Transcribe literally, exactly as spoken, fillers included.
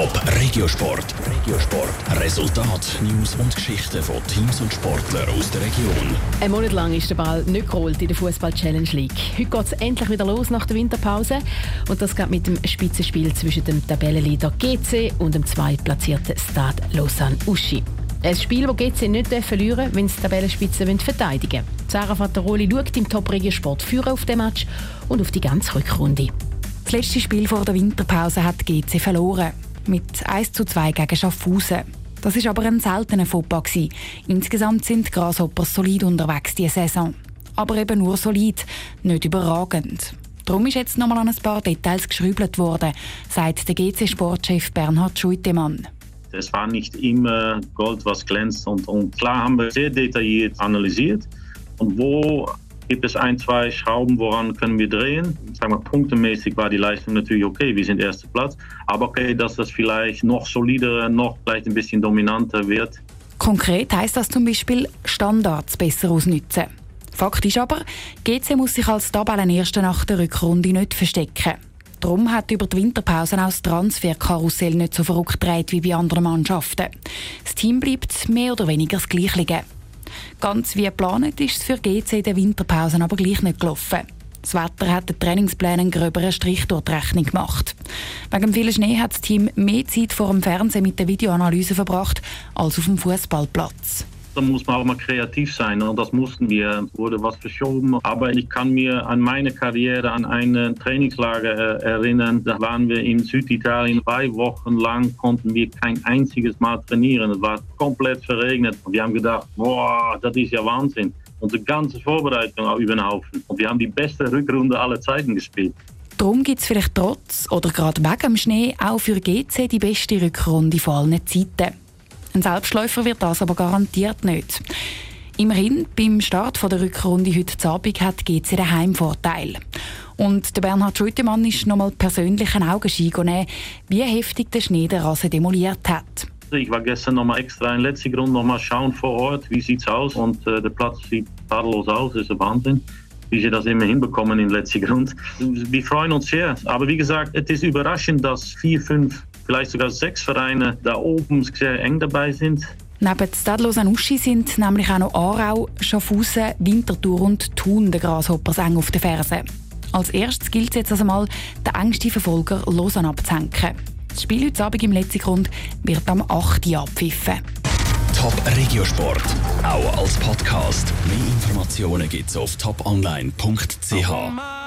Top Regiosport. Regiosport. Resultat, News und Geschichten von Teams und Sportlern aus der Region. Ein Monat lang ist der Ball nicht gerollt in der Fußball-Challenge League. Heute geht es endlich wieder los nach der Winterpause. Und das geht mit dem Spitzenspiel zwischen dem Tabellenleader G C und dem zweitplatzierten Stade Lausanne-Uschi. Ein Spiel, das G C nicht verlieren darf, wenn sie die Tabellenspitze verteidigen wollen. Sarah Fattaroli schaut im Top Regiosport Führer auf den Match und auf die ganze Rückrunde. Das letzte Spiel vor der Winterpause hat G C verloren. Mit eins zu zwei gegen Schaffhausen. Das war aber ein seltener Fauxpas. Insgesamt sind die Grasshoppers solid unterwegs diese Saison. Aber eben nur solid, nicht überragend. Darum ist jetzt nochmal an ein paar Details geschrübelt worden, sagt der G C-Sportchef Bernhard Schuitemann. Es war nicht immer Gold, was glänzt. Und, und klar haben wir sehr detailliert analysiert. Und wo gibt es ein, zwei Schrauben, woran können wir drehen? Sagen wir, punktemäßig war die Leistung natürlich okay, wir sind erster Platz. Aber okay, dass das vielleicht noch solider, noch vielleicht ein bisschen dominanter wird. Konkret heisst das zum Beispiel, Standards besser ausnutzen. Fakt ist aber, G C muss sich als Tabellenerster nach der Rückrunde nicht verstecken. Darum hat über die Winterpause auch das Transferkarussell nicht so verrückt gedreht wie bei anderen Mannschaften. Das Team bleibt mehr oder weniger das Gleiche. Ganz wie geplant ist es für G C in der Winterpause aber gleich nicht gelaufen. Das Wetter hat den Trainingsplänen einen gröberen Strich durch die Rechnung gemacht. Wegen dem vielen Schnee hat das Team mehr Zeit vor dem Fernsehen mit der Videoanalyse verbracht als auf dem Fußballplatz. Da muss man auch mal kreativ sein und das mussten wir. Es wurde was verschoben, aber ich kann mir an meine Karriere, an ein Trainingslager erinnern. Da waren wir in Süditalien, zwei Wochen lang konnten wir kein einziges Mal trainieren. Es war komplett verregnet und wir haben gedacht, boah, das ist ja Wahnsinn. Unsere ganze Vorbereitung auch über den Haufen und wir haben die beste Rückrunde aller Zeiten gespielt. Darum gibt es vielleicht trotz oder gerade wegen dem Schnee auch für G C die beste Rückrunde von allen Zeiten. Ein Selbstläufer wird das aber garantiert nicht. Immerhin, beim Start der Rückrunde heute Abend hat G C den Heimvorteil. Und der Bernhard Schuitemann ist nochmal persönlich einen Augenschein nehmen, wie heftig der Schnee den Rasen demoliert hat. Ich war gestern nochmal extra in letzter Grund noch mal schauen vor Ort, wie sieht es aus. Und äh, der Platz sieht tadellos aus, das ist ein Wahnsinn, wie sie das immer hinbekommen in letzter Grund. Wir freuen uns sehr, aber wie gesagt, es ist überraschend, dass vier, fünf, vielleicht sogar sechs Vereine da oben sehr eng dabei sind. Neben Stade Lausanne-Uschi sind nämlich auch noch Aarau, Schaffhausen, Winterthur und Thun der Grasshoppers eng auf den Fersen. Als erstes gilt es jetzt also mal, den engsten Verfolger Lausanne abzuhängen. Das Spiel heute Abend im letzten Grund wird am acht Uhr abpfiffen. Top Regiosport, auch als Podcast. Mehr Informationen gibt's auf top online punkt c h.